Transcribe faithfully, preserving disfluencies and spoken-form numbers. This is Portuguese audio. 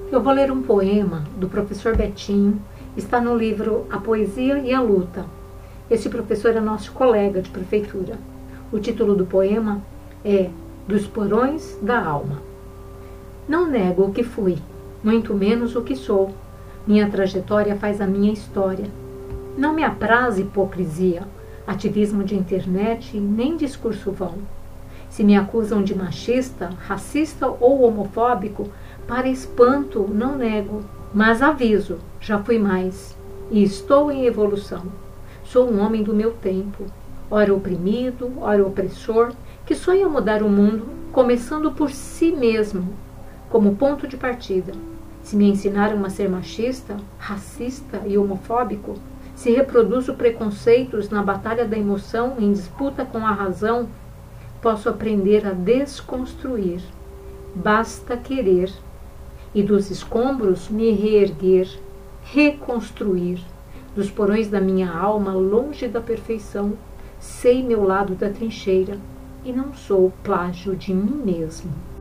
Eu vou ler um poema do professor Betinho, está no livro A Poesia e a Luta. Este professor é nosso colega de prefeitura. O título do poema é Dos Porões da Alma. Não nego o que fui, muito menos o que sou. Minha trajetória faz a minha história. Não me apraz hipocrisia, ativismo de internet, nem discurso vão. Se me acusam de machista, racista ou homofóbico, para espanto não nego, mas aviso, já fui mais, e estou em evolução. Sou um homem do meu tempo, ora oprimido, ora opressor, que sonha mudar o mundo, começando por si mesmo, como ponto de partida. Se me ensinaram a ser machista, racista e homofóbico, se reproduzo preconceitos na batalha da emoção em disputa com a razão, posso aprender a desconstruir. Basta querer. E dos escombros me reerguer, reconstruir. Dos porões da minha alma, longe da perfeição, sei meu lado da trincheira e não sou plágio de mim mesmo.